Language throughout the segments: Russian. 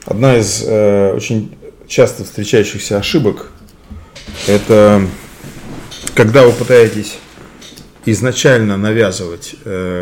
Одна из очень часто встречающихся ошибок – это когда вы пытаетесь изначально навязывать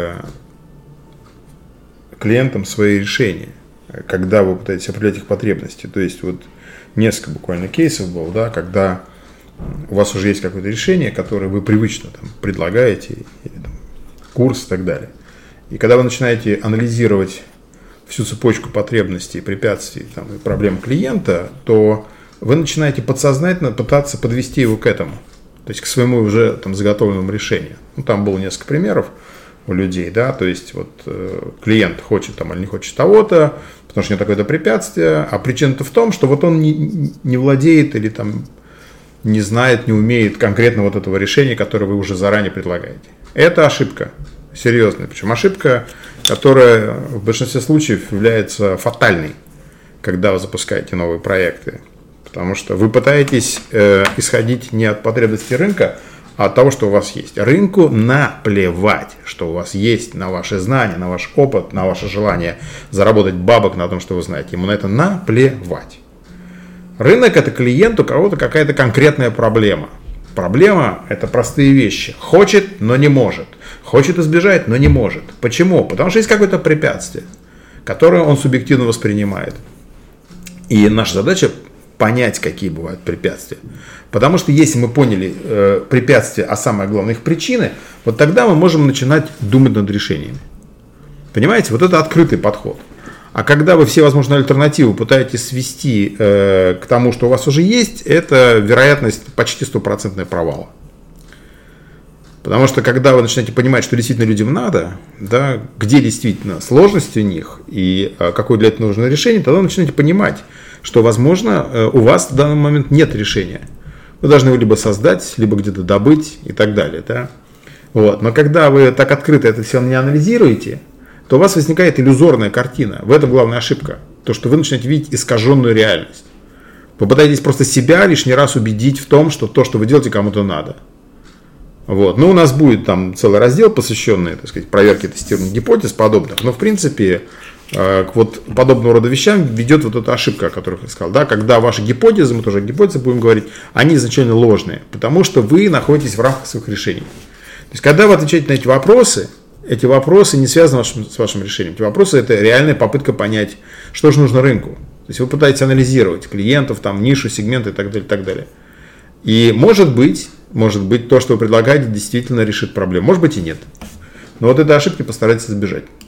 клиентам свои решения, когда вы пытаетесь определять их потребности. То есть вот несколько буквально кейсов было, да, когда у вас уже есть какое-то решение, которое вы привычно там предлагаете, или, там, курс и так далее. И когда вы начинаете анализировать всю цепочку потребностей, препятствий там, и проблем клиента, то вы начинаете подсознательно пытаться подвести его к этому, то есть к своему уже там, заготовленному решению. Ну, там было несколько примеров у людей, да, то есть вот клиент хочет там, или не хочет того-то, потому что у него такое-то препятствие, а причина-то в том, что вот он не владеет или там не знает, не умеет конкретно вот этого решения, которое вы уже заранее предлагаете. Это ошибка. Серьезная, причем ошибка, которая в большинстве случаев является фатальной, когда вы запускаете новые проекты. Потому что вы пытаетесь исходить не от потребностей рынка, а от того, что у вас есть. Рынку наплевать, что у вас есть, на ваши знания, на ваш опыт, на ваше желание заработать бабок на том, что вы знаете. Ему на это наплевать. Рынок – это клиент, у кого-то какая-то конкретная проблема. Проблема – это простые вещи. Хочет, но не может. Хочет избежать, но не может. Почему? Потому что есть какое-то препятствие, которое он субъективно воспринимает. И наша задача – понять, какие бывают препятствия. Потому что если мы поняли препятствия, а самое главное их причины, вот тогда мы можем начинать думать над решениями. Понимаете? Вот это открытый подход. А когда вы все возможные альтернативы пытаетесь свести к тому, что у вас уже есть, это вероятность почти 100% провала. Потому что когда вы начинаете понимать, что действительно людям надо, да, где действительно сложность у них и какое для этого нужно решение, тогда вы начинаете понимать, что, возможно, у вас в данный момент нет решения. Вы должны его либо создать, либо где-то добыть и так далее. Да? Вот. Но когда вы так открыто это все не анализируете, то у вас возникает иллюзорная картина. В этом главная ошибка. То, что вы начинаете видеть искаженную реальность. Вы пытаетесь просто себя лишний раз убедить в том, что то, что вы делаете, кому-то надо. Вот. Ну, у нас будет там целый раздел, посвященный, так сказать, проверке тестирования гипотез подобных. Но, в принципе, к вот подобного рода вещам ведет вот эта ошибка, о которой я сказал. Да? Когда ваши гипотезы, мы тоже о гипотезах будем говорить, они изначально ложные. Потому что вы находитесь в рамках своих решений. То есть, когда вы отвечаете на эти вопросы не связаны с вашим решением. Эти вопросы – это реальная попытка понять, что же нужно рынку. То есть вы пытаетесь анализировать клиентов, там, нишу, сегменты и так далее, и так далее. И может быть, то, что вы предлагаете, действительно решит проблему. Может быть и нет. Но вот этой ошибки постарайтесь избежать.